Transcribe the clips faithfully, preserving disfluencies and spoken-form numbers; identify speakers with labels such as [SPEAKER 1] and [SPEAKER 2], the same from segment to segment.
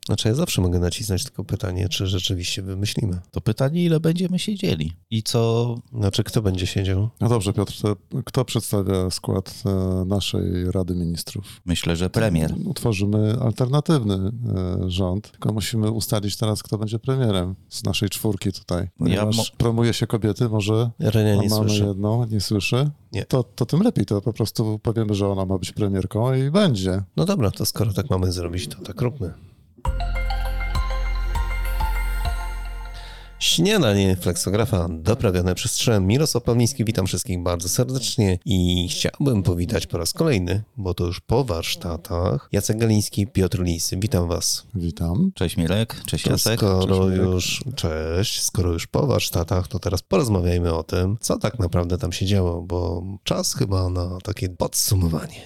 [SPEAKER 1] Znaczy ja zawsze mogę nacisnąć tylko pytanie, czy rzeczywiście wymyślimy.
[SPEAKER 2] To pytanie, ile będziemy siedzieli i co...
[SPEAKER 1] Znaczy kto będzie siedział?
[SPEAKER 3] No dobrze, Piotr, to kto przedstawia skład naszej Rady Ministrów?
[SPEAKER 2] Myślę, że premier.
[SPEAKER 3] Utworzymy alternatywny rząd, tylko musimy ustalić teraz, kto będzie premierem z naszej czwórki tutaj. Ponieważ ja mo- promuje się kobiety, może
[SPEAKER 1] Renia nie
[SPEAKER 3] mamy
[SPEAKER 1] słyszy.
[SPEAKER 3] jedną, nie słyszy?
[SPEAKER 1] Nie.
[SPEAKER 3] To, to tym lepiej, to po prostu powiemy, że ona ma być premierką i będzie.
[SPEAKER 1] No dobra, to skoro tak mamy zrobić, to tak róbmy. Śniadanie Flexografa doprawione przez Trzem. Mirosław Pawliński, witam wszystkich bardzo serdecznie i chciałbym powitać po raz kolejny, bo to już po warsztatach, Jacek Galiński, Piotr Lis. Witam was.
[SPEAKER 3] Witam.
[SPEAKER 2] Cześć Mirek, cześć
[SPEAKER 1] To
[SPEAKER 2] Jacek.
[SPEAKER 1] skoro
[SPEAKER 3] Cześć,
[SPEAKER 1] już, cześć, skoro już po warsztatach, to teraz porozmawiajmy o tym, co tak naprawdę tam się działo, bo czas chyba na takie podsumowanie.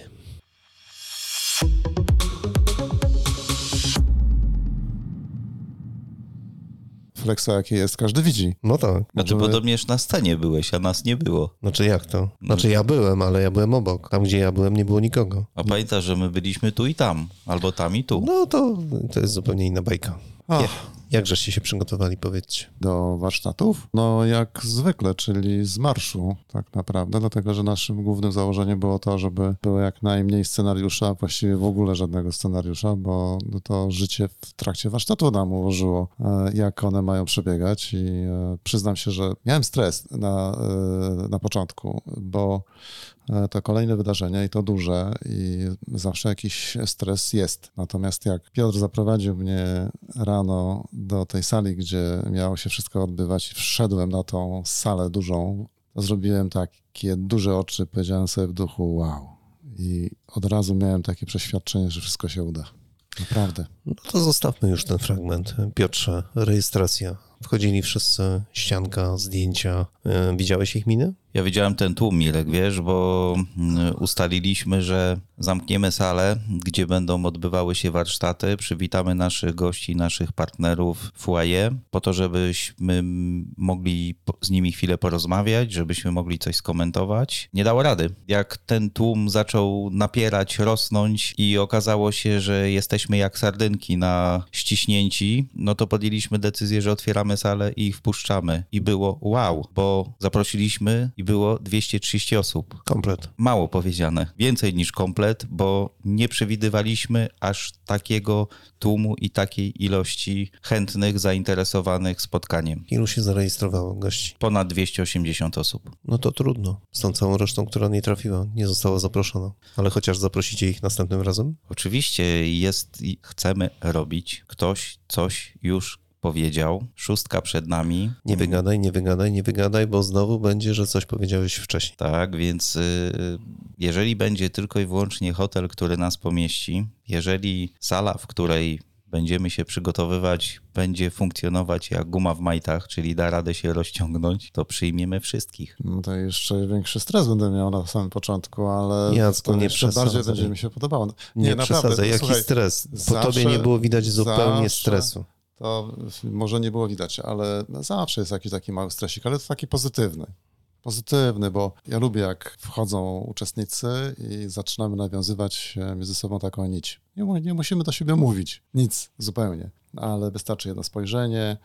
[SPEAKER 3] Flexa jakie jest, każdy widzi.
[SPEAKER 1] No tak.
[SPEAKER 2] A ty
[SPEAKER 3] Możemy-
[SPEAKER 2] podobnież na scenie byłeś, a nas nie było.
[SPEAKER 1] Znaczy jak to? Znaczy ja byłem, ale ja byłem obok. Tam, gdzie ja byłem, nie było nikogo.
[SPEAKER 2] A pamiętasz, że my byliśmy tu i tam, albo tam i tu.
[SPEAKER 1] No to, to jest zupełnie inna bajka.
[SPEAKER 3] Ach.
[SPEAKER 1] Jak, jak żeście się przygotowali, powiedzcie.
[SPEAKER 3] Do warsztatów? No jak zwykle, czyli z marszu tak naprawdę, dlatego że naszym głównym założeniem było to, żeby było jak najmniej scenariusza, właściwie w ogóle żadnego scenariusza, bo to życie w trakcie warsztatu nam ułożyło, e, jak one mają przebiegać i e, przyznam się, że miałem stres na, e, na początku, bo e, to kolejne wydarzenie i to duże i zawsze jakiś stres jest. Natomiast jak Piotr zaprowadził mnie rano do tej sali, gdzie miało się wszystko odbywać i wszedłem na tą salę dużą, to zrobiłem takie duże oczy, powiedziałem sobie w duchu wow. I od razu miałem takie przeświadczenie, że wszystko się uda. Naprawdę.
[SPEAKER 1] No to zostawmy już ten fragment. Piotrze, rejestracja. Wchodzili wszyscy, ścianka, zdjęcia. Yy, widziałeś ich miny?
[SPEAKER 2] Ja widziałem ten tłum, Mirek, wiesz, bo mm, ustaliliśmy, że zamkniemy salę, gdzie będą odbywały się warsztaty, przywitamy naszych gości, naszych partnerów w foyer, po to, żebyśmy mogli po- z nimi chwilę porozmawiać, żebyśmy mogli coś skomentować. Nie dało rady. Jak ten tłum zaczął napierać, rosnąć i okazało się, że jesteśmy jak sardynki na ściśnięci, no to podjęliśmy decyzję, że otwieramy salę i ich wpuszczamy. I było wow, bo zaprosiliśmy i było dwieście trzydzieści osób.
[SPEAKER 1] Komplet.
[SPEAKER 2] Mało powiedziane. Więcej niż komplet, bo nie przewidywaliśmy aż takiego tłumu i takiej ilości chętnych, zainteresowanych spotkaniem.
[SPEAKER 1] Ilu się zarejestrowało gości?
[SPEAKER 2] Ponad dwieście osiemdziesiąt osób.
[SPEAKER 1] No to trudno. Z tą całą resztą, która nie trafiła, nie została zaproszona. Ale chociaż zaprosicie ich następnym razem?
[SPEAKER 2] Oczywiście jest i chcemy robić. Ktoś coś już powiedział. Szóstka przed nami.
[SPEAKER 1] Nie wygadaj, nie wygadaj, nie wygadaj, bo znowu będzie, że coś powiedziałeś wcześniej.
[SPEAKER 2] Tak, więc y, jeżeli będzie tylko i wyłącznie hotel, który nas pomieści, jeżeli sala, w której będziemy się przygotowywać, będzie funkcjonować jak guma w majtach, czyli da radę się rozciągnąć, to przyjmiemy wszystkich.
[SPEAKER 3] No to jeszcze większy stres będę miał na samym początku, ale
[SPEAKER 1] Jacku,
[SPEAKER 3] to
[SPEAKER 1] nie
[SPEAKER 3] jeszcze bardziej
[SPEAKER 1] przesadzaj.
[SPEAKER 3] będzie mi się podobało.
[SPEAKER 1] Nie, nie
[SPEAKER 3] naprawdę,
[SPEAKER 1] przesadzaj, jaki
[SPEAKER 3] słuchaj,
[SPEAKER 1] stres. Po
[SPEAKER 3] zawsze-
[SPEAKER 1] tobie nie było widać zupełnie
[SPEAKER 3] zawsze-
[SPEAKER 1] stresu.
[SPEAKER 3] To może nie było widać, ale zawsze jest jakiś taki mały stresik, ale to taki pozytywny. Pozytywny, bo ja lubię, jak wchodzą uczestnicy i zaczynamy nawiązywać między sobą taką nić. Nie, mu- nie musimy do siebie mówić, nic zupełnie, ale wystarczy jedno spojrzenie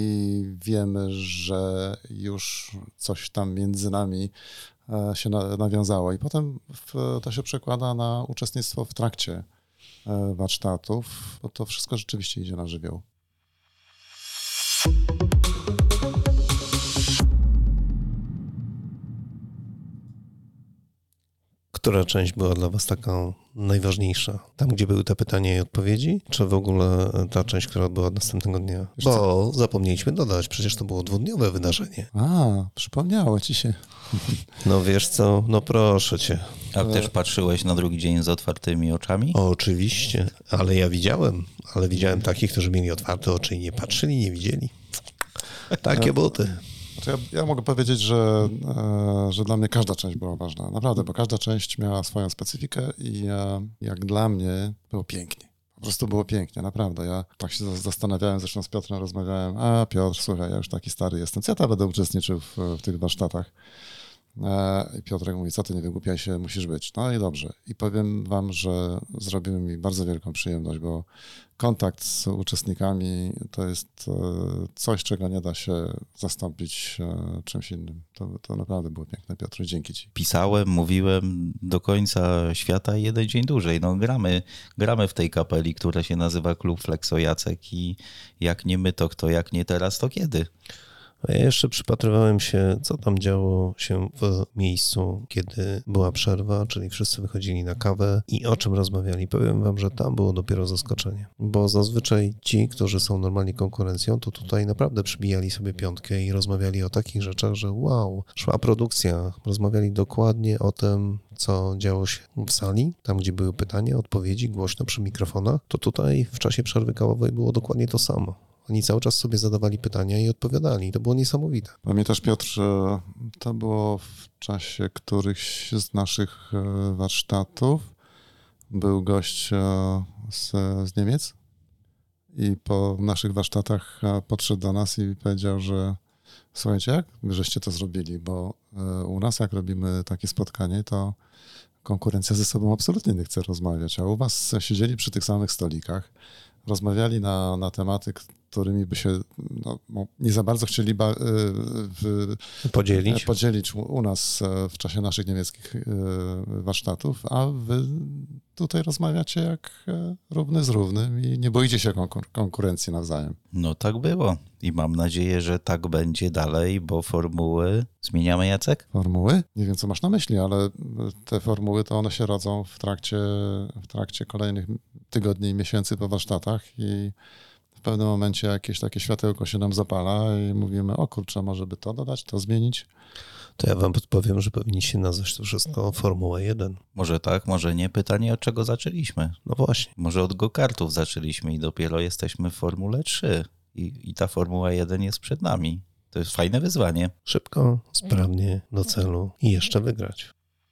[SPEAKER 3] i wiemy, że już coś tam między nami e, się na, nawiązało. I potem w, to się przekłada na uczestnictwo w trakcie e, warsztatów, bo to wszystko rzeczywiście idzie na żywioł.
[SPEAKER 1] Która część była dla was taka najważniejsza? Tam, gdzie były te pytania i odpowiedzi? Czy w ogóle ta część, która była następnego dnia? Bo zapomnieliśmy dodać, przecież to było dwudniowe wydarzenie.
[SPEAKER 3] A, przypomniało ci się.
[SPEAKER 1] No wiesz co, no proszę cię.
[SPEAKER 2] A też patrzyłeś na drugi dzień z otwartymi oczami?
[SPEAKER 1] O, oczywiście, ale ja widziałem, ale widziałem takich, którzy mieli otwarte oczy i nie patrzyli, nie widzieli. Takie buty.
[SPEAKER 3] Znaczy ja, ja mogę powiedzieć, że, e, że dla mnie każda część była ważna. Naprawdę, bo każda część miała swoją specyfikę i e, jak dla mnie było pięknie. Po prostu było pięknie, naprawdę. Ja tak się za- zastanawiałem, zresztą z Piotrem rozmawiałem. A Piotr, słuchaj, ja już taki stary jestem. Co ja tam będę uczestniczył w, w tych warsztatach? I Piotrek mówi, co ty, nie wygłupiaj się, musisz być. No i dobrze. I powiem wam, że zrobiło mi bardzo wielką przyjemność, bo kontakt z uczestnikami to jest coś, czego nie da się zastąpić czymś innym. To, to naprawdę było piękne, Piotr, dzięki ci.
[SPEAKER 2] Pisałem, mówiłem do końca świata i jeden dzień dłużej. No gramy, gramy w tej kapeli, która się nazywa Klub Flexo Jacek i jak nie my, to kto, jak nie teraz, to kiedy?
[SPEAKER 1] A ja jeszcze przypatrywałem się, co tam działo się w miejscu, kiedy była przerwa, czyli wszyscy wychodzili na kawę i o czym rozmawiali. Powiem wam, że tam było dopiero zaskoczenie, bo zazwyczaj ci, którzy są normalnie konkurencją, to tutaj naprawdę przybijali sobie piątkę i rozmawiali o takich rzeczach, że wow, szła produkcja, rozmawiali dokładnie o tym, co działo się w sali, tam gdzie były pytania, odpowiedzi, głośno przy mikrofonach, to tutaj w czasie przerwy kawowej było dokładnie to samo. Oni cały czas sobie zadawali pytania i odpowiadali. To było niesamowite.
[SPEAKER 3] Pamiętasz, Piotr, że to było w czasie którychś z naszych warsztatów. Był gość z, z Niemiec i po naszych warsztatach podszedł do nas i powiedział, że słuchajcie, jak wy żeście to zrobili, bo u nas jak robimy takie spotkanie, to konkurencja ze sobą absolutnie nie chce rozmawiać, a u was siedzieli przy tych samych stolikach, rozmawiali na, na tematy, którymi by się no, nie za bardzo chcieli ba, w,
[SPEAKER 1] podzielić.
[SPEAKER 3] podzielić u nas w czasie naszych niemieckich warsztatów, a wy tutaj rozmawiacie jak równy z równym i nie boicie się konkur- konkurencji nawzajem.
[SPEAKER 2] No tak było i mam nadzieję, że tak będzie dalej, bo formuły zmieniamy, Jacek?
[SPEAKER 3] Formuły? Nie wiem, co masz na myśli, ale te formuły to one się rodzą w trakcie, w trakcie kolejnych tygodni i miesięcy po warsztatach i w pewnym momencie jakieś takie światełko się nam zapala i mówimy, o kurczę, może by to dodać, to zmienić.
[SPEAKER 1] To ja wam podpowiem, że powinniście nazwać to wszystko Formuła jeden.
[SPEAKER 2] Może tak, może nie. Pytanie, od czego zaczęliśmy?
[SPEAKER 1] No właśnie.
[SPEAKER 2] Może od go-kartów zaczęliśmy i dopiero jesteśmy w Formule trzy i, i ta Formuła jeden jest przed nami. To jest fajne wyzwanie.
[SPEAKER 1] Szybko, sprawnie, do celu i jeszcze wygrać.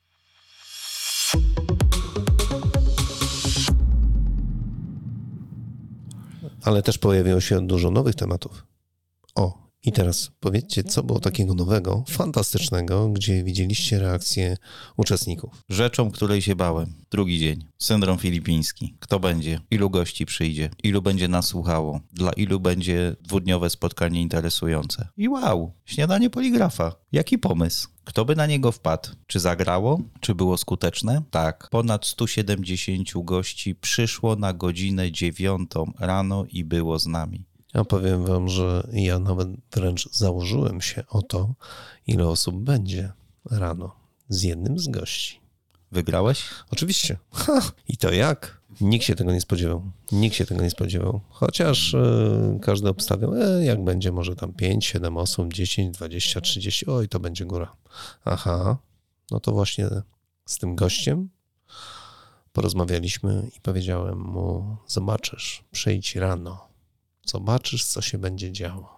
[SPEAKER 1] Ale też pojawiło się dużo nowych tematów. O, i teraz powiedzcie, co było takiego nowego, fantastycznego, gdzie widzieliście reakcję uczestników.
[SPEAKER 2] Rzeczą, której się bałem. Drugi dzień. Syndrom filipiński. Kto będzie? Ilu gości przyjdzie? Ilu będzie nas słuchało? Dla ilu będzie dwudniowe spotkanie interesujące? I wow, śniadanie poligrafa. Jaki pomysł? Kto by na niego wpadł? Czy zagrało? Czy było skuteczne? Tak. Ponad sto siedemdziesiąt gości przyszło na godzinę dziewiątą rano i było z nami.
[SPEAKER 1] Ja powiem wam, że ja nawet wręcz założyłem się o to, ile osób będzie rano z jednym z gości.
[SPEAKER 2] Wygrałeś?
[SPEAKER 1] Oczywiście. Ha, i to jak? Nikt się tego nie spodziewał. Nikt się tego nie spodziewał. Chociaż e, każdy obstawiał, e, jak będzie może tam pięć, siedem osób, dziesięć, dwadzieścia, trzydzieści, oj, to będzie góra. Aha, no to właśnie z tym gościem porozmawialiśmy i powiedziałem mu, zobaczysz, przyjdź rano. Zobaczysz, co się będzie działo.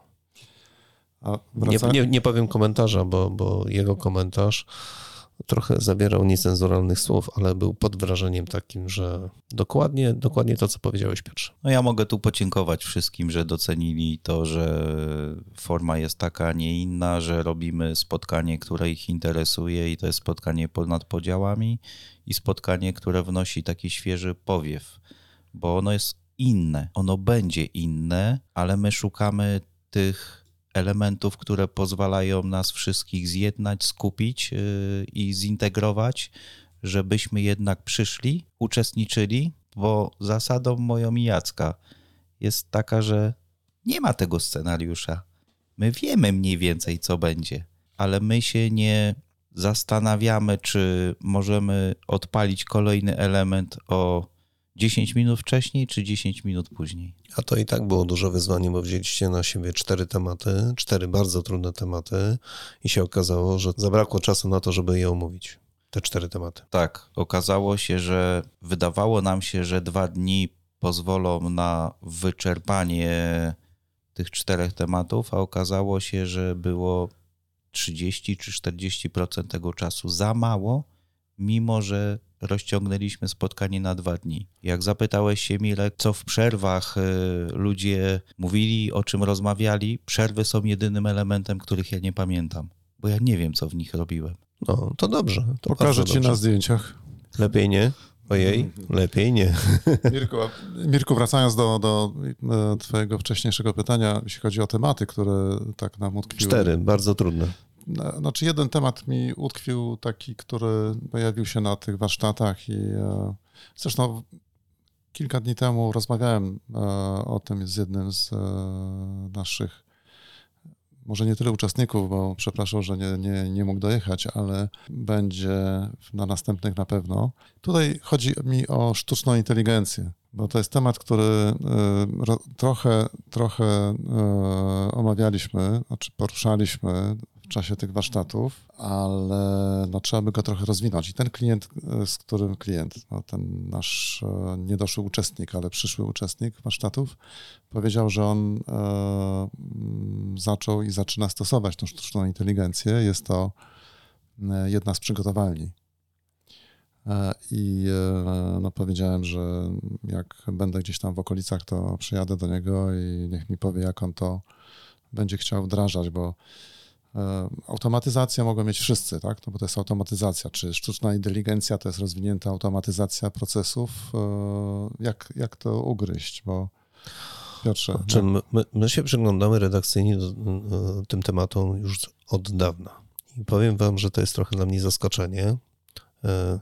[SPEAKER 3] A
[SPEAKER 1] nie, nie, nie powiem komentarza, bo, bo jego komentarz trochę zabierał niecenzuralnych słów, ale był pod wrażeniem takim, że dokładnie, dokładnie to, co powiedziałeś, Piotrze.
[SPEAKER 2] No ja mogę tu podziękować wszystkim, że docenili to, że forma jest taka, a nie inna, że robimy spotkanie, które ich interesuje i to jest spotkanie ponad podziałami i spotkanie, które wnosi taki świeży powiew, bo ono jest inne, ono będzie inne, ale my szukamy tych elementów, które pozwalają nas wszystkich zjednać, skupić yy, i zintegrować, żebyśmy jednak przyszli, uczestniczyli, bo zasadą moją i Jacka jest taka, że nie ma tego scenariusza. My wiemy mniej więcej, co będzie, ale my się nie zastanawiamy, czy możemy odpalić kolejny element o dziesięć minut wcześniej, czy dziesięć minut później.
[SPEAKER 1] A to i tak było duże wyzwanie, bo wzięliście na siebie cztery tematy, cztery bardzo trudne tematy i się okazało, że zabrakło czasu na to, żeby je omówić, te cztery tematy.
[SPEAKER 2] Tak, okazało się, że wydawało nam się, że dwa dni pozwolą na wyczerpanie tych czterech tematów, a okazało się, że było trzydzieści czy czterdzieści procent tego czasu za mało, mimo że rozciągnęliśmy spotkanie na dwa dni. Jak zapytałeś się, Mirek, co w przerwach ludzie mówili, o czym rozmawiali, przerwy są jedynym elementem, których ja nie pamiętam, bo ja nie wiem, co w nich robiłem.
[SPEAKER 1] No, to dobrze. To
[SPEAKER 3] Pokażę
[SPEAKER 1] bardzo
[SPEAKER 3] ci
[SPEAKER 1] dobrze.
[SPEAKER 3] na zdjęciach.
[SPEAKER 1] Lepiej nie? Ojej, lepiej nie.
[SPEAKER 3] Mirku, Mirku, wracając do, do twojego wcześniejszego pytania, jeśli chodzi o tematy, które tak nam utkwiły.
[SPEAKER 1] Cztery, bardzo trudne.
[SPEAKER 3] Znaczy jeden temat mi utkwił taki, który pojawił się na tych warsztatach i zresztą kilka dni temu rozmawiałem o tym z jednym z naszych, może nie tyle uczestników, bo przepraszam, że nie, nie, nie mógł dojechać, ale będzie na następnych na pewno. Tutaj chodzi mi o sztuczną inteligencję, bo to jest temat, który trochę, trochę omawialiśmy, znaczy poruszaliśmy w czasie tych warsztatów, ale no, trzeba by go trochę rozwinąć. I ten klient, z którym klient, no, ten nasz niedoszły uczestnik, ale przyszły uczestnik warsztatów, powiedział, że on e, zaczął i zaczyna stosować tą sztuczną inteligencję. Jest to jedna z przygotowalni. E, I e, no, powiedziałem, że jak będę gdzieś tam w okolicach, to przyjadę do niego i niech mi powie, jak on to będzie chciał wdrażać, bo automatyzacja mogą mieć wszyscy, tak? No bo to jest automatyzacja. Czy sztuczna inteligencja to jest rozwinięta automatyzacja procesów? Jak, jak to ugryźć? Bo Piotrze...
[SPEAKER 1] Znaczy, my, my się przyglądamy redakcyjnie do, do, tym tematom już od dawna. I powiem wam, że to jest trochę dla mnie zaskoczenie. E,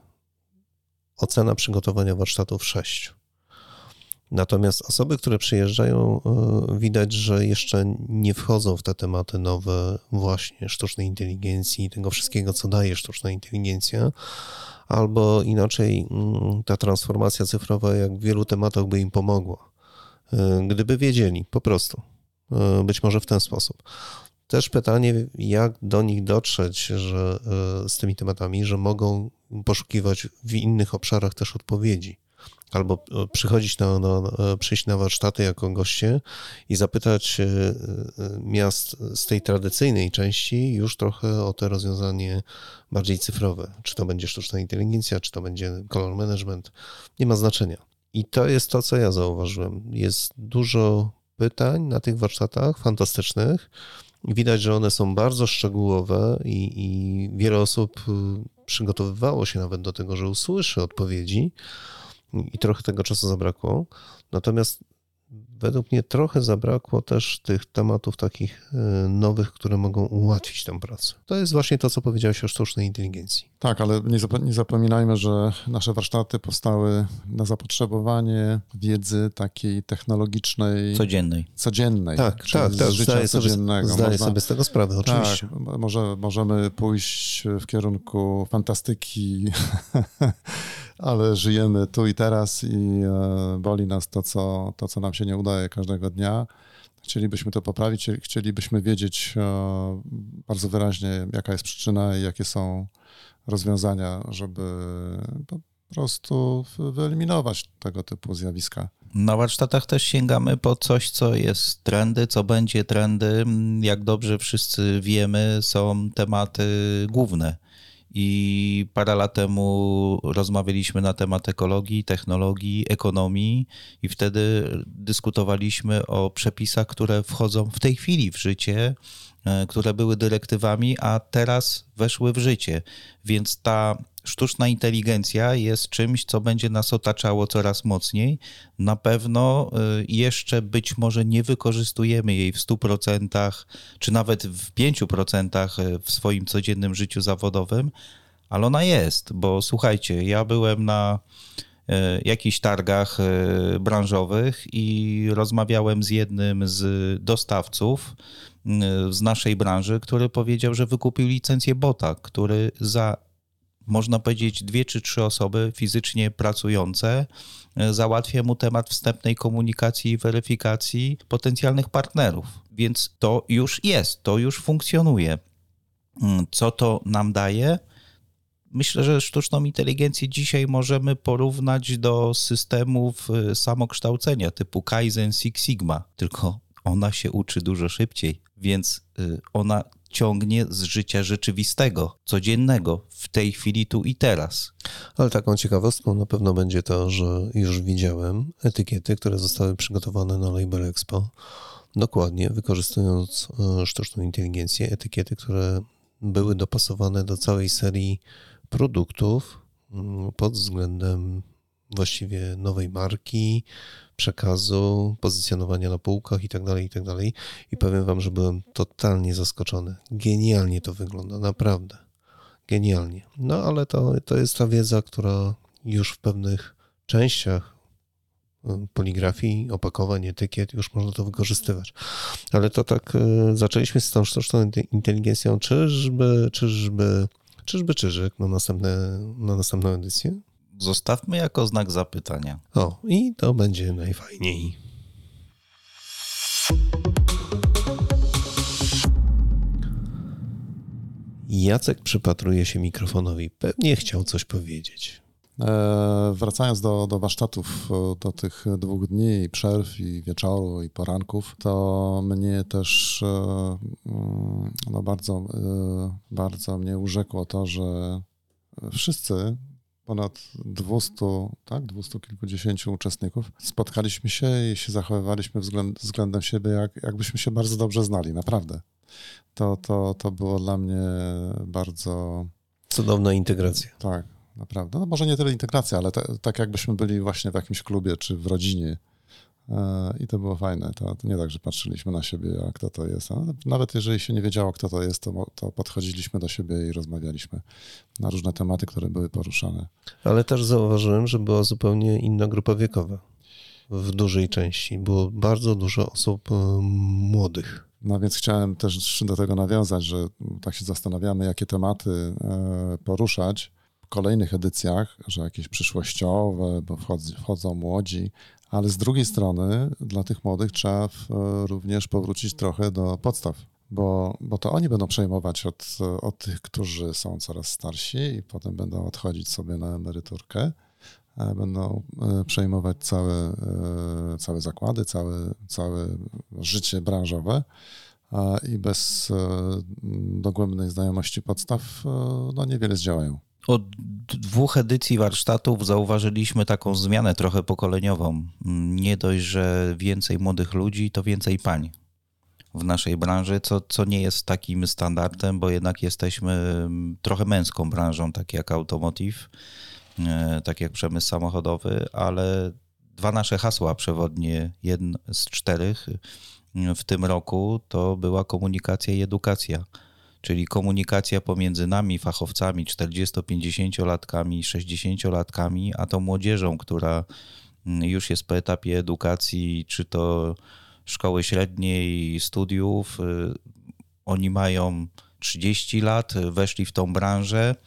[SPEAKER 1] ocena przygotowania warsztatów sześć. Natomiast osoby, które przyjeżdżają, widać, że jeszcze nie wchodzą w te tematy nowe właśnie sztucznej inteligencji i tego wszystkiego, co daje sztuczna inteligencja, albo inaczej ta transformacja cyfrowa, jak w wielu tematach by im pomogła. Gdyby wiedzieli, po prostu. Być może w ten sposób. Też pytanie, jak do nich dotrzeć, że z tymi tematami, że mogą poszukiwać w innych obszarach też odpowiedzi. Albo przychodzić na, na, przyjść na warsztaty jako goście i zapytać miast z tej tradycyjnej części już trochę o te rozwiązanie bardziej cyfrowe. Czy to będzie sztuczna inteligencja, czy to będzie color management, nie ma znaczenia. I to jest to, co ja zauważyłem. Jest dużo pytań na tych warsztatach fantastycznych. Widać, że one są bardzo szczegółowe i, i wiele osób przygotowywało się nawet do tego, że usłyszy odpowiedzi. I trochę tego czasu zabrakło. Natomiast według mnie trochę zabrakło też tych tematów takich nowych, które mogą ułatwić tę pracę. To jest właśnie to, co powiedziałeś o sztucznej inteligencji.
[SPEAKER 3] Tak, ale nie, zap- nie zapominajmy, że nasze warsztaty powstały na zapotrzebowanie wiedzy takiej technologicznej.
[SPEAKER 2] Codziennej.
[SPEAKER 3] Codziennej.
[SPEAKER 1] Tak, tak,
[SPEAKER 3] z
[SPEAKER 1] tak.
[SPEAKER 3] życia
[SPEAKER 1] Zdaję, sobie,
[SPEAKER 3] codziennego.
[SPEAKER 1] zdaję
[SPEAKER 3] Można,
[SPEAKER 1] sobie z tego sprawę, oczywiście.
[SPEAKER 3] Tak, może, możemy pójść w kierunku fantastyki, ale żyjemy tu i teraz i e, boli nas to co, to, co nam się nie udaje każdego dnia. Chcielibyśmy to poprawić, chcielibyśmy wiedzieć e, bardzo wyraźnie, jaka jest przyczyna i jakie są rozwiązania, żeby po prostu wyeliminować tego typu zjawiska.
[SPEAKER 2] Na warsztatach też sięgamy po coś, co jest trendy, co będzie trendy. Jak dobrze wszyscy wiemy, są tematy główne. I parę lat temu rozmawialiśmy na temat ekologii, technologii, ekonomii i wtedy dyskutowaliśmy o przepisach, które wchodzą w tej chwili w życie, które były dyrektywami, a teraz weszły w życie. Więc ta sztuczna inteligencja jest czymś, co będzie nas otaczało coraz mocniej. Na pewno jeszcze być może nie wykorzystujemy jej w stu procentach, czy nawet w pięciu procentach w swoim codziennym życiu zawodowym, ale ona jest, bo słuchajcie, ja byłem na jakichś targach branżowych i rozmawiałem z jednym z dostawców z naszej branży, który powiedział, że wykupił licencję bota, który za, można powiedzieć, dwie czy trzy osoby fizycznie pracujące załatwia mu temat wstępnej komunikacji i weryfikacji potencjalnych partnerów. Więc to już jest, to już funkcjonuje. Co to nam daje? Myślę, że sztuczną inteligencję dzisiaj możemy porównać do systemów samokształcenia typu Kaizen, Six Sigma, tylko ona się uczy dużo szybciej, więc ona ciągnie z życia rzeczywistego, codziennego, w tej chwili, tu i teraz.
[SPEAKER 1] Ale taką ciekawostką na pewno będzie to, że już widziałem etykiety, które zostały przygotowane na Label Expo, dokładnie wykorzystując sztuczną inteligencję, etykiety, które były dopasowane do całej serii produktów pod względem właściwie nowej marki, przekazu, pozycjonowania na półkach i tak dalej, i tak dalej. I powiem wam, że byłem totalnie zaskoczony. Genialnie to wygląda, naprawdę. Genialnie. No ale to, to jest ta wiedza, która już w pewnych częściach poligrafii, opakowań, etykiet, już można to wykorzystywać. Ale to tak zaczęliśmy z tą sztuczną inteligencją, czyżby, czyżby, czyżby, czyżyk na następne, na następną edycję?
[SPEAKER 2] Zostawmy jako znak zapytania.
[SPEAKER 1] O, i to będzie najfajniej. Jacek przypatruje się mikrofonowi. Pewnie chciał coś powiedzieć.
[SPEAKER 3] E, wracając do, do warsztatów, do tych dwóch dni, i przerw, i wieczoru, i poranków, to mnie też e, no bardzo, e, bardzo mnie urzekło to, że wszyscy, ponad dwieście, tak, dwieście kilkudziesięciu uczestników, spotkaliśmy się i się zachowywaliśmy względ, względem siebie, jak, jakbyśmy się bardzo dobrze znali, naprawdę. To, to, to było dla mnie bardzo...
[SPEAKER 1] Cudowna integracja.
[SPEAKER 3] Tak, naprawdę. No może nie tyle integracja, ale te, tak jakbyśmy byli właśnie w jakimś klubie czy w rodzinie. I to było fajne. To, to nie tak, że patrzyliśmy na siebie, a kto to jest. A nawet jeżeli się nie wiedziało, kto to jest, to, to podchodziliśmy do siebie i rozmawialiśmy na różne tematy, które były poruszane.
[SPEAKER 1] Ale też zauważyłem, że była zupełnie inna grupa wiekowa w dużej części. Było bardzo dużo osób młodych.
[SPEAKER 3] No więc chciałem też do tego nawiązać, że tak się zastanawiamy, jakie tematy poruszać w kolejnych edycjach, że jakieś przyszłościowe, bo wchodzą, wchodzą młodzi, ale z drugiej strony dla tych młodych trzeba również powrócić trochę do podstaw, bo, bo to oni będą przejmować od, od tych, którzy są coraz starsi i potem będą odchodzić sobie na emeryturkę, będą przejmować całe, całe zakłady, całe, całe życie branżowe i bez dogłębnej znajomości podstaw no niewiele zdziałają.
[SPEAKER 2] Od dwóch edycji warsztatów zauważyliśmy taką zmianę trochę pokoleniową. Nie dość, że więcej młodych ludzi, to więcej pań w naszej branży, co, co nie jest takim standardem, bo jednak jesteśmy trochę męską branżą, tak jak automotive, tak jak przemysł samochodowy, ale dwa nasze hasła przewodnie, jeden z czterech w tym roku, to była komunikacja i edukacja. Czyli komunikacja pomiędzy nami, fachowcami, czterdziesto-pięćdziesięciolatkami, sześćdziesięciolatkami, a tą młodzieżą, która już jest po etapie edukacji, czy to szkoły średniej, studiów. Oni mają trzydzieści lat, weszli w tą branżę,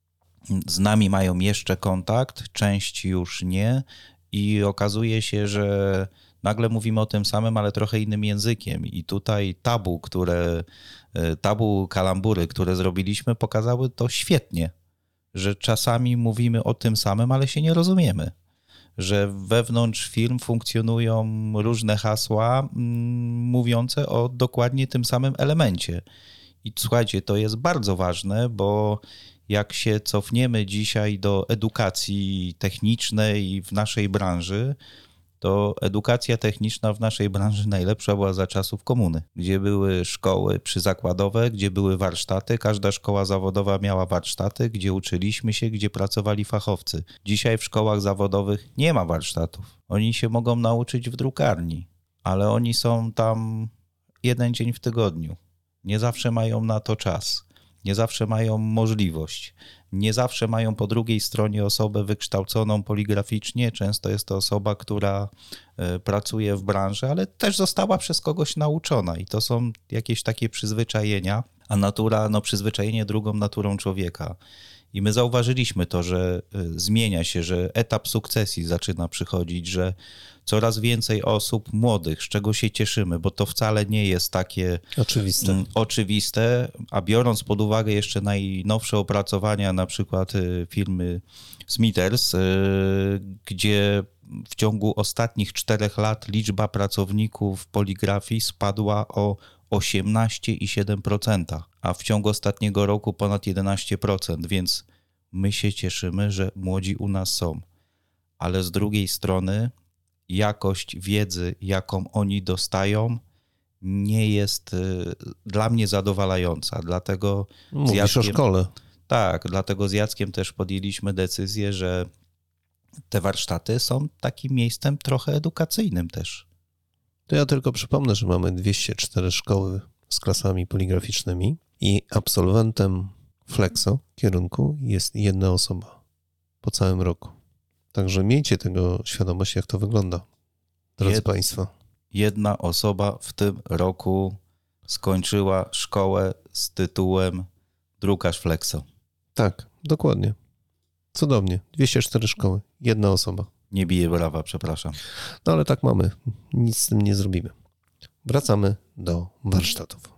[SPEAKER 2] z nami mają jeszcze kontakt, część już nie i okazuje się, że nagle mówimy o tym samym, ale trochę innym językiem i tutaj tabu, które, tabu kalambury, które zrobiliśmy, pokazały to świetnie, że czasami mówimy o tym samym, ale się nie rozumiemy, że wewnątrz firm funkcjonują różne hasła mm, mówiące o dokładnie tym samym elemencie. I słuchajcie, to jest bardzo ważne, bo jak się cofniemy dzisiaj do edukacji technicznej w naszej branży, to edukacja techniczna w naszej branży najlepsza była za czasów komuny, gdzie były szkoły przyzakładowe, gdzie były warsztaty, każda szkoła zawodowa miała warsztaty, gdzie uczyliśmy się, gdzie pracowali fachowcy. Dzisiaj w szkołach zawodowych nie ma warsztatów. Oni się mogą nauczyć w drukarni, ale oni są tam jeden dzień w tygodniu. Nie zawsze mają na to czas, nie zawsze mają możliwość. Nie zawsze mają po drugiej stronie osobę wykształconą poligraficznie. Często jest to osoba, która pracuje w branży, ale też została przez kogoś nauczona i to są jakieś takie przyzwyczajenia, a natura, no przyzwyczajenie drugą naturą człowieka. I my zauważyliśmy to, że zmienia się, że etap sukcesji zaczyna przychodzić, że coraz więcej osób młodych, z czego się cieszymy, bo to wcale nie jest takie
[SPEAKER 1] oczywiste,
[SPEAKER 2] m, oczywiste, a biorąc pod uwagę jeszcze najnowsze opracowania, na przykład firmy Smithers, gdzie w ciągu ostatnich czterech lat liczba pracowników poligrafii spadła o osiemnaście przecinek siedem procent, a w ciągu ostatniego roku ponad jedenaście procent, więc my się cieszymy, że młodzi u nas są. Ale z drugiej strony jakość wiedzy, jaką oni dostają, nie jest y, dla mnie zadowalająca. Dlatego z
[SPEAKER 1] Mówisz
[SPEAKER 2] Jackiem,
[SPEAKER 1] o szkole.
[SPEAKER 2] Tak, dlatego z Jackiem też podjęliśmy decyzję, że te warsztaty są takim miejscem trochę edukacyjnym też.
[SPEAKER 1] To ja tylko przypomnę, że mamy dwieście cztery szkoły z klasami poligraficznymi i absolwentem Flexo kierunku jest jedna osoba po całym roku. Także miejcie tego świadomość, jak to wygląda, drodzy
[SPEAKER 2] Jed...
[SPEAKER 1] Państwo.
[SPEAKER 2] Jedna osoba w tym roku skończyła szkołę z tytułem drukarz Flexo.
[SPEAKER 1] Tak, dokładnie. Cudownie. dwieście cztery szkoły, jedna osoba.
[SPEAKER 2] Nie biję brawa, przepraszam.
[SPEAKER 1] No ale tak mamy. Nic z tym nie zrobimy. Wracamy do warsztatów.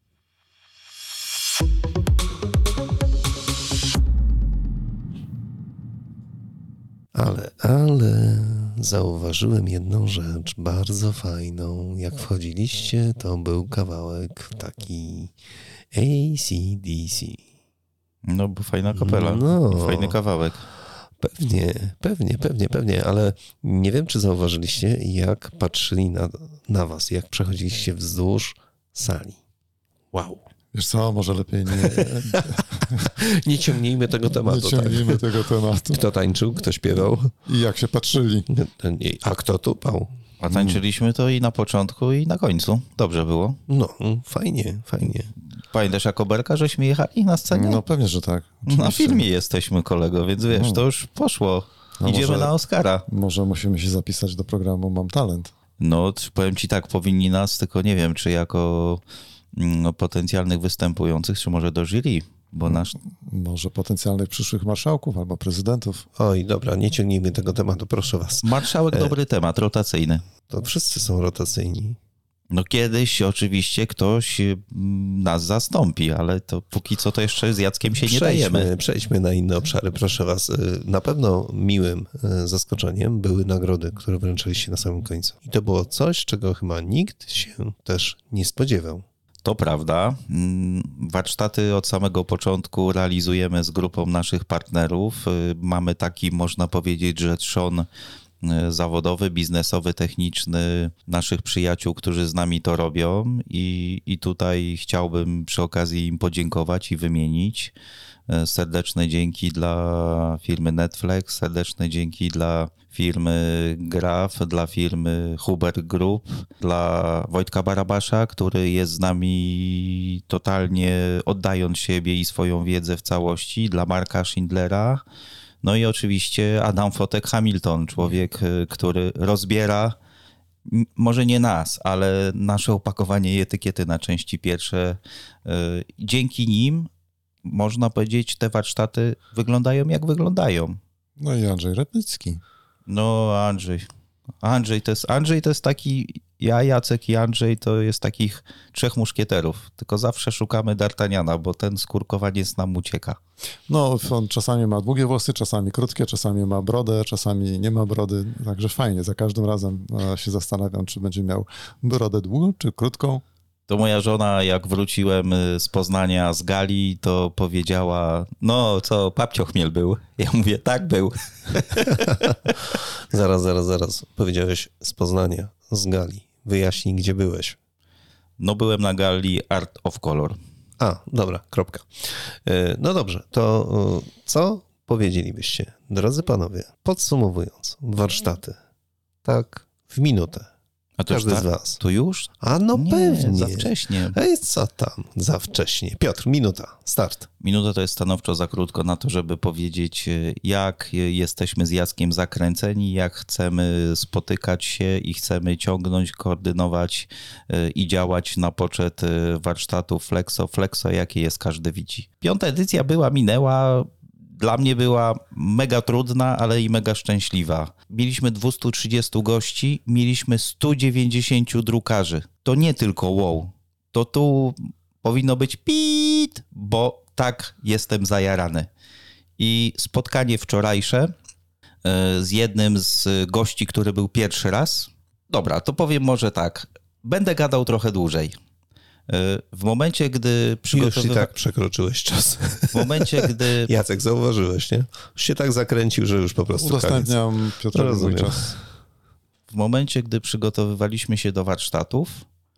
[SPEAKER 1] Ale, ale zauważyłem jedną rzecz bardzo fajną. Jak wchodziliście, to był kawałek taki A C D C.
[SPEAKER 2] No, bo fajna kapela,
[SPEAKER 1] No.
[SPEAKER 2] fajny kawałek.
[SPEAKER 1] Pewnie, pewnie, pewnie, pewnie, ale nie wiem, czy zauważyliście, jak patrzyli na, na was, jak przechodziliście wzdłuż sali. Wow.
[SPEAKER 3] Wiesz co, może lepiej nie,
[SPEAKER 1] Nie ciągnijmy tego tematu.
[SPEAKER 3] nie ciągnijmy
[SPEAKER 1] tak.
[SPEAKER 3] tego tematu.
[SPEAKER 1] Kto tańczył, kto śpiewał,
[SPEAKER 3] I jak się patrzyli.
[SPEAKER 1] a kto tupał.
[SPEAKER 2] A tańczyliśmy to i na początku, i na końcu. Dobrze było.
[SPEAKER 1] No, fajnie, fajnie.
[SPEAKER 2] Pamiętasz jako Berka, żeśmy jechali na scenie?
[SPEAKER 3] No pewnie, że tak.
[SPEAKER 2] Na
[SPEAKER 3] Oczywiście.
[SPEAKER 2] filmie jesteśmy, kolego, więc wiesz,
[SPEAKER 3] No.
[SPEAKER 2] to już poszło.
[SPEAKER 3] No
[SPEAKER 2] Idziemy
[SPEAKER 3] może-
[SPEAKER 2] na Oscara.
[SPEAKER 3] Może musimy się zapisać do programu Mam Talent.
[SPEAKER 2] No, t- powiem ci tak, powinni nas, tylko nie wiem, czy jako no, potencjalnych występujących, czy może do jury, bo nasz...
[SPEAKER 3] Może potencjalnych przyszłych marszałków albo prezydentów.
[SPEAKER 1] Oj, dobra, nie ciągnijmy tego tematu, proszę was.
[SPEAKER 2] Marszałek, dobry temat, rotacyjny.
[SPEAKER 1] To wszyscy są rotacyjni.
[SPEAKER 2] No kiedyś oczywiście ktoś mm, nas zastąpi, ale to póki co to jeszcze z Jackiem się nie dajemy.
[SPEAKER 1] Przejdźmy, przejdźmy na inne obszary, proszę was. Na pewno miłym zaskoczeniem były nagrody, które wręczyliście na samym końcu. I to było coś, czego chyba nikt się też nie spodziewał.
[SPEAKER 2] To prawda. Mm, Warsztaty od samego początku realizujemy z grupą naszych partnerów. Y, Mamy taki, można powiedzieć, że trzon y, zawodowy, biznesowy, techniczny naszych przyjaciół, którzy z nami to robią i, i tutaj chciałbym przy okazji im podziękować i wymienić. Y, Serdeczne dzięki dla firmy Netflix, serdeczne dzięki dla firmy Graf, dla firmy Huber Group, dla Wojtka Barabasza, który jest z nami totalnie oddając siebie i swoją wiedzę w całości, dla Marka Schindlera, no i oczywiście Adam Fotek-Hamilton, człowiek, y, który rozbiera m- może nie nas, ale nasze opakowanie i etykiety na części pierwsze. Y, Dzięki nim, można powiedzieć, te warsztaty wyglądają jak wyglądają.
[SPEAKER 3] No i Andrzej Repnicki.
[SPEAKER 2] No, Andrzej. Andrzej to jest, Andrzej to jest taki, ja, Jacek i Andrzej to jest takich trzech muszkieterów. Tylko zawsze szukamy D'Artagnana, bo ten skórkowaniec nam ucieka.
[SPEAKER 3] No, on czasami ma długie włosy, czasami krótkie, czasami ma brodę, czasami nie ma brody. Także fajnie, za każdym razem e, się zastanawiam, czy będzie miał brodę długą, czy krótką.
[SPEAKER 2] To moja żona, jak wróciłem z Poznania, z gali, to powiedziała, no co, papcio chmiel był? Ja mówię, tak był.
[SPEAKER 1] Zaraz, zaraz, zaraz. Powiedziałeś z Poznania, z gali. Wyjaśnij, gdzie byłeś.
[SPEAKER 2] No byłem na gali Art of Color.
[SPEAKER 1] A, dobra, kropka. E, No dobrze, to e, co powiedzielibyście, drodzy panowie, podsumowując warsztaty, tak w minutę,
[SPEAKER 2] A to
[SPEAKER 1] każdy
[SPEAKER 2] już
[SPEAKER 1] z
[SPEAKER 2] tak?
[SPEAKER 1] was.
[SPEAKER 2] To już?
[SPEAKER 1] A no
[SPEAKER 2] Nie,
[SPEAKER 1] pewnie.
[SPEAKER 2] za wcześnie.
[SPEAKER 1] Ej, co tam, za wcześnie. Piotr, minuta, start.
[SPEAKER 2] Minuta to jest stanowczo za krótko na to, żeby powiedzieć, jak jesteśmy z Jackiem zakręceni, jak chcemy spotykać się i chcemy ciągnąć, koordynować y, i działać na poczet y, warsztatu Flexo. Flexo, jakie jest, każdy widzi. Piąta edycja była, minęła. Dla mnie była mega trudna, ale i mega szczęśliwa. Mieliśmy dwieście trzydzieści gości, mieliśmy sto dziewięćdziesiąt drukarzy. To nie tylko wow, to tu powinno być pit, bo tak jestem zajarany. I spotkanie wczorajsze e, z jednym z gości, który był pierwszy raz. Dobra, to powiem może tak, będę gadał trochę dłużej. E, W momencie, gdy
[SPEAKER 1] Już i
[SPEAKER 2] przygotowywałem...
[SPEAKER 1] tak przekroczyłeś czas.
[SPEAKER 2] W momencie, gdy
[SPEAKER 1] Jacek, zauważyłeś, nie? Już się tak zakręcił, że już po prostu koniec.
[SPEAKER 3] Udostępniam Piotrowi mój
[SPEAKER 1] Rozumiem.
[SPEAKER 3] czas.
[SPEAKER 2] w momencie, gdy przygotowywaliśmy się do warsztatów,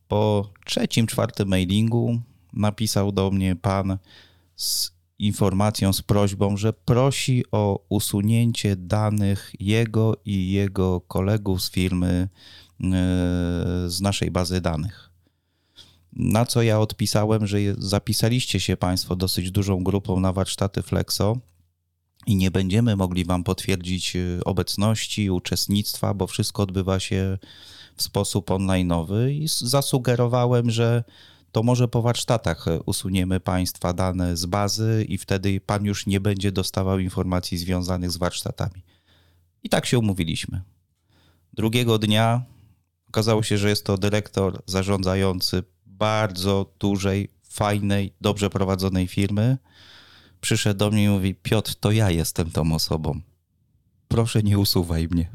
[SPEAKER 2] Po trzecim, czwartym mailingu napisał do mnie pan z informacją, z prośbą, że prosi o usunięcie danych jego i jego kolegów z firmy z naszej bazy danych. Na co ja odpisałem, że zapisaliście się państwo dosyć dużą grupą na warsztaty Flexo i nie będziemy mogli wam potwierdzić obecności, uczestnictwa, bo wszystko odbywa się w sposób online'owy i zasugerowałem, że to może po warsztatach usuniemy państwa dane z bazy i wtedy pan już nie będzie dostawał informacji związanych z warsztatami. I tak się umówiliśmy. Drugiego dnia okazało się, że jest to dyrektor zarządzający bardzo dużej, fajnej, dobrze prowadzonej firmy. Przyszedł do mnie i mówi: Piotr, to ja jestem tą osobą. Proszę, nie usuwaj mnie.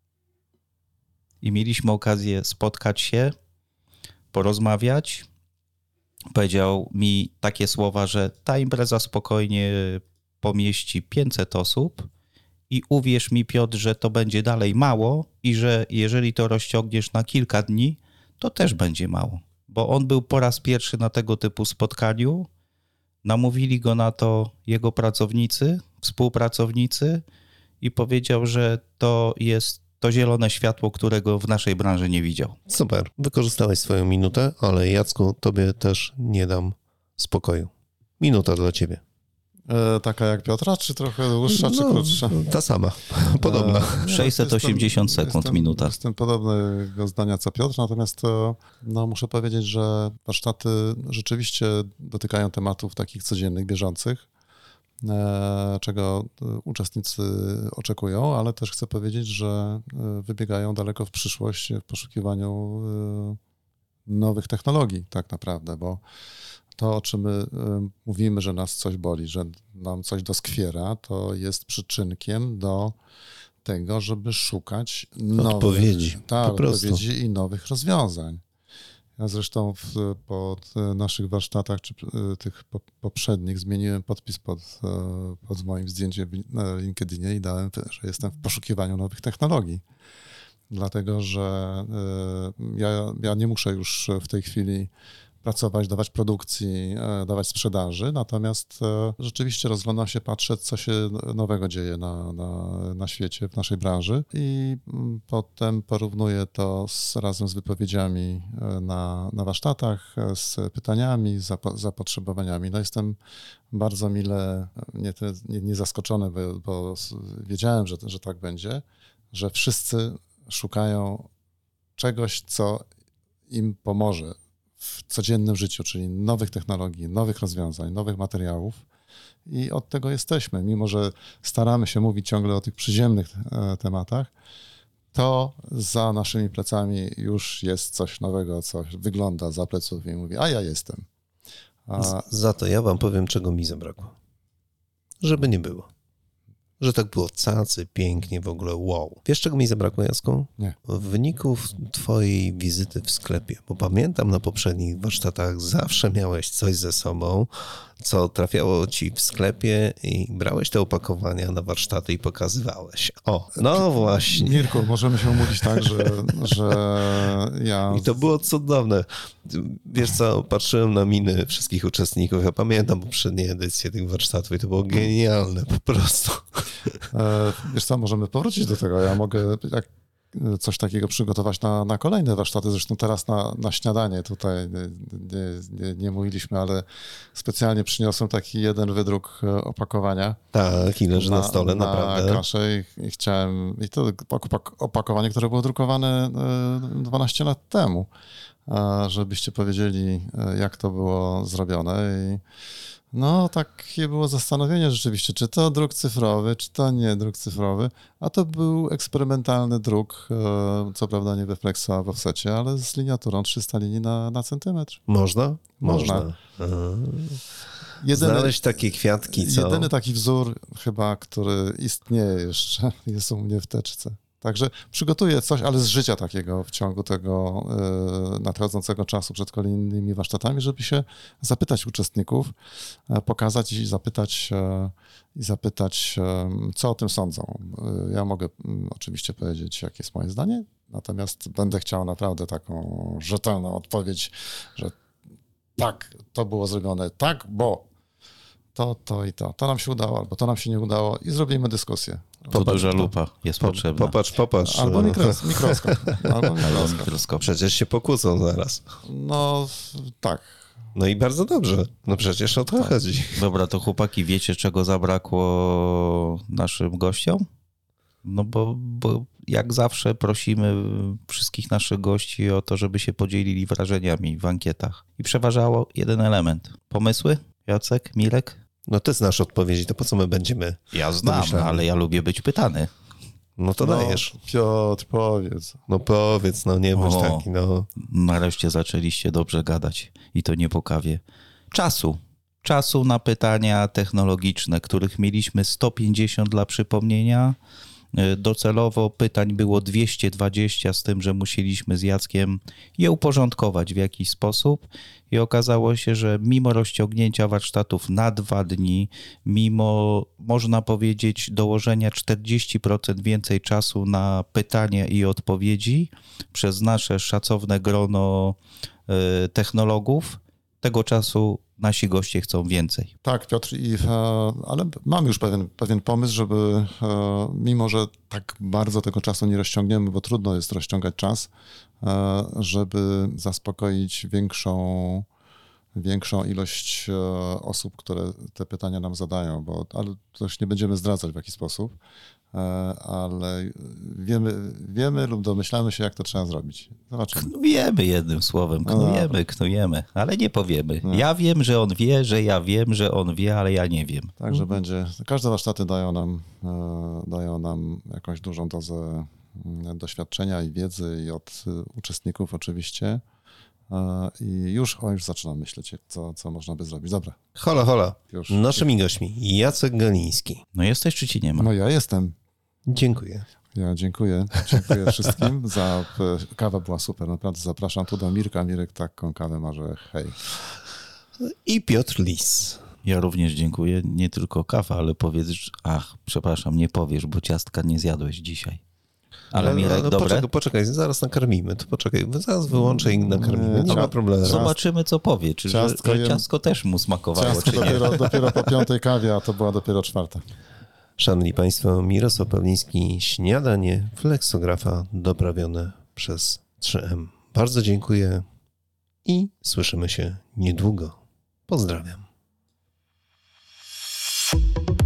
[SPEAKER 2] I mieliśmy okazję spotkać się, porozmawiać. Powiedział mi takie słowa, że ta impreza spokojnie pomieści pięćset osób i uwierz mi, Piotr, że to będzie dalej mało i że jeżeli to rozciągniesz na kilka dni, to też będzie mało. Bo on był po raz pierwszy na tego typu spotkaniu, namówili go na to jego pracownicy, współpracownicy i powiedział, że to jest to zielone światło, którego w naszej branży nie widział.
[SPEAKER 1] Super, wykorzystałeś swoją minutę, ale Jacku, tobie też nie dam spokoju. Minuta dla ciebie.
[SPEAKER 3] E, taka jak Piotra, czy trochę dłuższa, czy
[SPEAKER 1] no,
[SPEAKER 3] krótsza?
[SPEAKER 1] Ta sama, podobna.
[SPEAKER 3] E,
[SPEAKER 2] sześćset osiemdziesiąt
[SPEAKER 3] jestem,
[SPEAKER 2] sekund,
[SPEAKER 3] jestem,
[SPEAKER 2] minuta.
[SPEAKER 3] Jestem podobnego zdania co Piotr, natomiast no, muszę powiedzieć, że warsztaty rzeczywiście dotykają tematów takich codziennych, bieżących, e, czego uczestnicy oczekują, ale też chcę powiedzieć, że wybiegają daleko w przyszłość w poszukiwaniu nowych technologii tak naprawdę, bo to, o czym my y, mówimy, że nas coś boli, że nam coś doskwiera, to jest przyczynkiem do tego, żeby szukać nowych
[SPEAKER 1] Odpowiedzi,
[SPEAKER 3] tak,
[SPEAKER 1] po prostu.
[SPEAKER 3] odpowiedzi i nowych rozwiązań. Ja zresztą w, po naszych warsztatach, czy y, tych po, poprzednich, zmieniłem podpis pod, y, pod moim zdjęciem na LinkedInie i dałem, że jestem w poszukiwaniu nowych technologii. Dlatego, że y, ja, ja nie muszę już w tej chwili pracować, dawać produkcji, dawać sprzedaży, natomiast rzeczywiście rozglądam się, patrzę, co się nowego dzieje na, na, na świecie, w naszej branży i potem porównuję to z, razem z wypowiedziami na, na warsztatach, z pytaniami, zapo, zapotrzebowaniami. No jestem bardzo mile nie, nie, nie zaskoczony, bo, bo wiedziałem, że, że tak będzie, że wszyscy szukają czegoś, co im pomoże w codziennym życiu, czyli nowych technologii, nowych rozwiązań, nowych materiałów i od tego jesteśmy. Mimo że staramy się mówić ciągle o tych przyziemnych e, tematach, to za naszymi plecami już jest coś nowego, coś wygląda za pleców i mówi, a ja jestem. A...
[SPEAKER 1] Za to ja wam powiem, czego mi zabrakło. Żeby nie było. Że tak było cacy, pięknie, w ogóle wow. Wiesz, czego mi zabrakło, Jacku?
[SPEAKER 3] Nie.
[SPEAKER 1] W wyniku twojej wizyty w sklepie, bo pamiętam na poprzednich warsztatach zawsze miałeś coś ze sobą, co trafiało ci w sklepie i brałeś te opakowania na warsztaty i pokazywałeś. O, no właśnie.
[SPEAKER 3] Mirku, możemy się umówić tak, że, że ja...
[SPEAKER 1] I to było cudowne. Wiesz co, patrzyłem na miny wszystkich uczestników. Ja pamiętam poprzednie edycje tych warsztatów i to było genialne po prostu.
[SPEAKER 3] E, wiesz co, możemy powrócić do tego. Ja mogę jak coś takiego przygotować na, na kolejne warsztaty. Zresztą teraz na, na śniadanie tutaj nie, nie, nie mówiliśmy, ale specjalnie przyniosłem taki jeden wydruk opakowania.
[SPEAKER 1] Tak, i leży na, na stole,
[SPEAKER 3] na
[SPEAKER 1] naprawdę.
[SPEAKER 3] Na kaszę i, i chciałem... I to opakowanie, które było drukowane dwanaście lat temu, żebyście powiedzieli, jak to było zrobione. I no, takie było zastanowienie rzeczywiście, czy to druk cyfrowy, czy to nie druk cyfrowy, a to był eksperymentalny druk, co prawda nie we Flexo, a w offsecie, ale z liniaturą trzysta linii na, na centymetr.
[SPEAKER 1] Można?
[SPEAKER 3] Można.
[SPEAKER 1] Można.
[SPEAKER 3] Jedyny,
[SPEAKER 1] Znaleźć takie kwiatki, co?
[SPEAKER 3] Jedyny taki wzór chyba, który istnieje jeszcze, jest u mnie w teczce. Także przygotuję coś, ale z życia takiego w ciągu tego y, nadchodzącego czasu przed kolejnymi warsztatami, żeby się zapytać uczestników, y, pokazać i zapytać, y, i zapytać, y, co o tym sądzą. Y, ja mogę y, oczywiście powiedzieć, jakie jest moje zdanie, natomiast będę chciał naprawdę taką rzetelną odpowiedź, że tak, to było zrobione tak, bo to, to i to. To nam się udało, albo to nam się nie udało i zrobimy dyskusję.
[SPEAKER 2] To duża lupa jest potrzebna.
[SPEAKER 1] Popatrz, popatrz.
[SPEAKER 3] Albo mikros, mikroskop. Albo mikroskop.
[SPEAKER 2] Mikroskop.
[SPEAKER 1] Przecież się pokłócą zaraz.
[SPEAKER 3] No tak.
[SPEAKER 1] No i bardzo dobrze. No przecież o to chodzi.
[SPEAKER 2] Dobra, to chłopaki, wiecie, czego zabrakło naszym gościom? No bo, bo jak zawsze prosimy wszystkich naszych gości o to, żeby się podzielili wrażeniami w ankietach. I przeważało jeden element. Pomysły? Jacek, Mirek?
[SPEAKER 1] No ty znasz odpowiedzi, to po co my będziemy?
[SPEAKER 2] Ja znam,
[SPEAKER 1] Domyślamy.
[SPEAKER 2] ale ja lubię być pytany.
[SPEAKER 1] No to
[SPEAKER 3] No,
[SPEAKER 1] dajesz.
[SPEAKER 3] Piotr, powiedz.
[SPEAKER 1] No powiedz, no nie bądź
[SPEAKER 2] O.
[SPEAKER 1] taki, no.
[SPEAKER 2] Nareszcie zaczęliście dobrze gadać i to nie po kawie. Czasu. Czasu na pytania technologiczne, których mieliśmy sto pięćdziesiąt dla przypomnienia. Docelowo pytań było dwieście dwadzieścia, z tym, że musieliśmy z Jackiem je uporządkować w jakiś sposób i okazało się, że mimo rozciągnięcia warsztatów na dwa dni, mimo, można powiedzieć, dołożenia czterdzieści procent więcej czasu na pytania i odpowiedzi przez nasze szacowne grono y, technologów, tego czasu nasi goście chcą więcej.
[SPEAKER 3] Tak, Piotr, i, e, ale mam już pewien, pewien pomysł, żeby e, mimo, że tak bardzo tego czasu nie rozciągniemy, bo trudno jest rozciągać czas, e, żeby zaspokoić większą, większą ilość e, osób, które te pytania nam zadają, bo ale też nie będziemy zdradzać w jaki sposób, e, ale wiemy, wiemy lub domyślamy się, jak to trzeba zrobić. Zobaczymy.
[SPEAKER 2] Knujemy jednym słowem, knujemy, knujemy, ale nie powiemy. Ja wiem, że on wie, że ja wiem, że on wie, ale ja nie wiem.
[SPEAKER 3] Także będzie, każde warsztaty dają nam, e, dają nam jakąś dużą dozę mm, doświadczenia i wiedzy i od e, uczestników oczywiście. E, I już, o, już zaczynam myśleć, co, co można by zrobić. Dobra,
[SPEAKER 1] Hola, hola.
[SPEAKER 3] już.
[SPEAKER 1] Naszymi gośćmi Jacek Galiński.
[SPEAKER 2] No jesteś czy ci nie ma?
[SPEAKER 3] No ja jestem.
[SPEAKER 1] Dziękuję.
[SPEAKER 3] Ja dziękuję. Dziękuję wszystkim za... Kawa była super, naprawdę zapraszam tu do Mirka. Mirek taką kawę ma, że hej.
[SPEAKER 1] I Piotr Lis.
[SPEAKER 2] Ja również dziękuję. Nie tylko kawa, ale powiedz, że- ach, przepraszam, nie powiesz, bo ciastka nie zjadłeś dzisiaj. Ale Mirek,
[SPEAKER 1] no,
[SPEAKER 2] dobre?
[SPEAKER 1] Poczekaj, poczekaj, zaraz nakarmimy. To poczekaj, zaraz wyłączę i nakarmimy. Nie
[SPEAKER 3] Nie,
[SPEAKER 1] ma problemu.
[SPEAKER 2] Zobaczymy, co powie. Czy że,
[SPEAKER 3] ciastko
[SPEAKER 2] że
[SPEAKER 3] jem-
[SPEAKER 2] ciastko też mu smakowało,
[SPEAKER 3] Ciastko
[SPEAKER 2] czy nie?
[SPEAKER 3] dopiero, dopiero po piątej kawie, a to była dopiero czwarta.
[SPEAKER 1] Szanowni Państwo, Mirosław Pawliński, śniadanie fleksografa doprawione przez trzy M. Bardzo dziękuję i słyszymy się niedługo. Pozdrawiam.